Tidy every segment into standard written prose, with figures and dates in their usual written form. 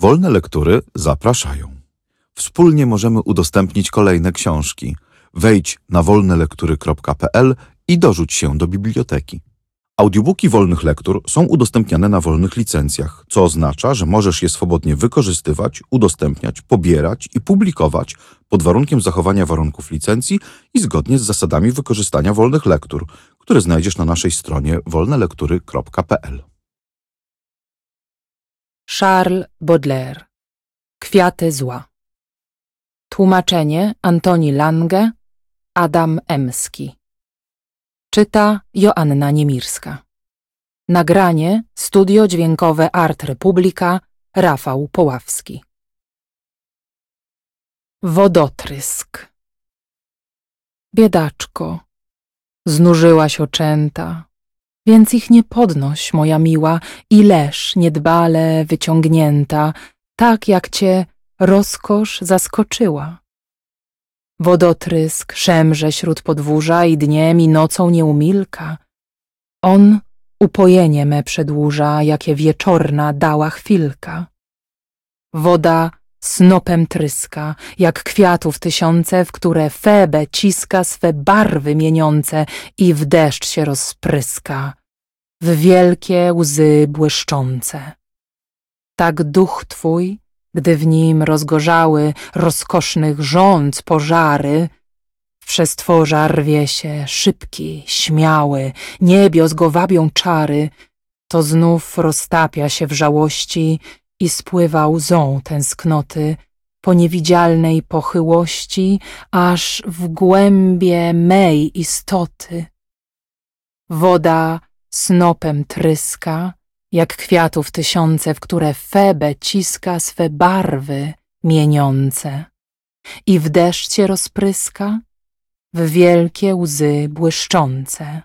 Wolne lektury zapraszają. Wspólnie możemy udostępnić kolejne książki. Wejdź na wolnelektury.pl i dorzuć się do biblioteki. Audiobooki wolnych lektur są udostępniane na wolnych licencjach, co oznacza, że możesz je swobodnie wykorzystywać, udostępniać, pobierać i publikować pod warunkiem zachowania warunków licencji i zgodnie z zasadami wykorzystania wolnych lektur, które znajdziesz na naszej stronie wolnelektury.pl. Charles Baudelaire. Kwiaty zła. Tłumaczenie Antoni Lange, Adam Emski. Czyta Joanna Niemirska. Nagranie Studio Dźwiękowe Art Republika, Rafał Poławski. Wodotrysk. Biedaczko, znużyłaś oczęta, więc ich nie podnoś, moja miła, i leż niedbale wyciągnięta, tak jak cię rozkosz zaskoczyła. Wodotrysk szemrze śród podwórza i dniem i nocą nie umilka. On upojenie me przedłuża, jakie wieczorna dała chwilka. Woda snopem tryska, jak kwiatów tysiące, w które Febe ciska swe barwy mieniące i w deszcz się rozpryska, w wielkie łzy błyszczące. Tak duch twój, gdy w nim rozgorzały rozkosznych żądz pożary, w przestworza rwie się szybki, śmiały, niebios go wabią czary, to znów roztapia się w żałości i spływa łzą tęsknoty po niewidzialnej pochyłości, aż w głębie mej istoty. Woda snopem tryska, jak kwiatów tysiące, w które Febe ciska swe barwy mieniące i w deszcz się rozpryska, w wielkie łzy błyszczące.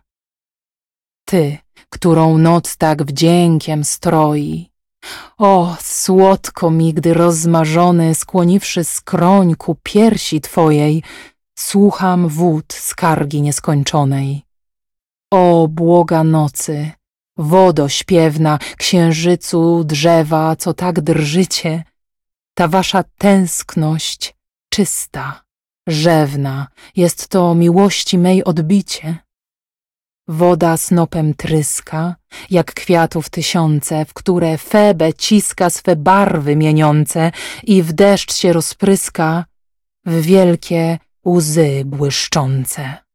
Ty, którą noc tak wdziękiem stroi, o, słodko mi, gdy rozmarzony, skłoniwszy skroń ku piersi twojej, słucham wód skargi nieskończonej. O, błoga nocy, wodo śpiewna, księżycu, drzewa, co tak drżycie, ta wasza tęskność czysta, rzewna, jest to miłości mej odbicie. Woda snopem tryska, jak kwiatów tysiące, w które Febe ciska swe barwy mieniące i w deszcz się rozpryska, w wielkie łzy błyszczące.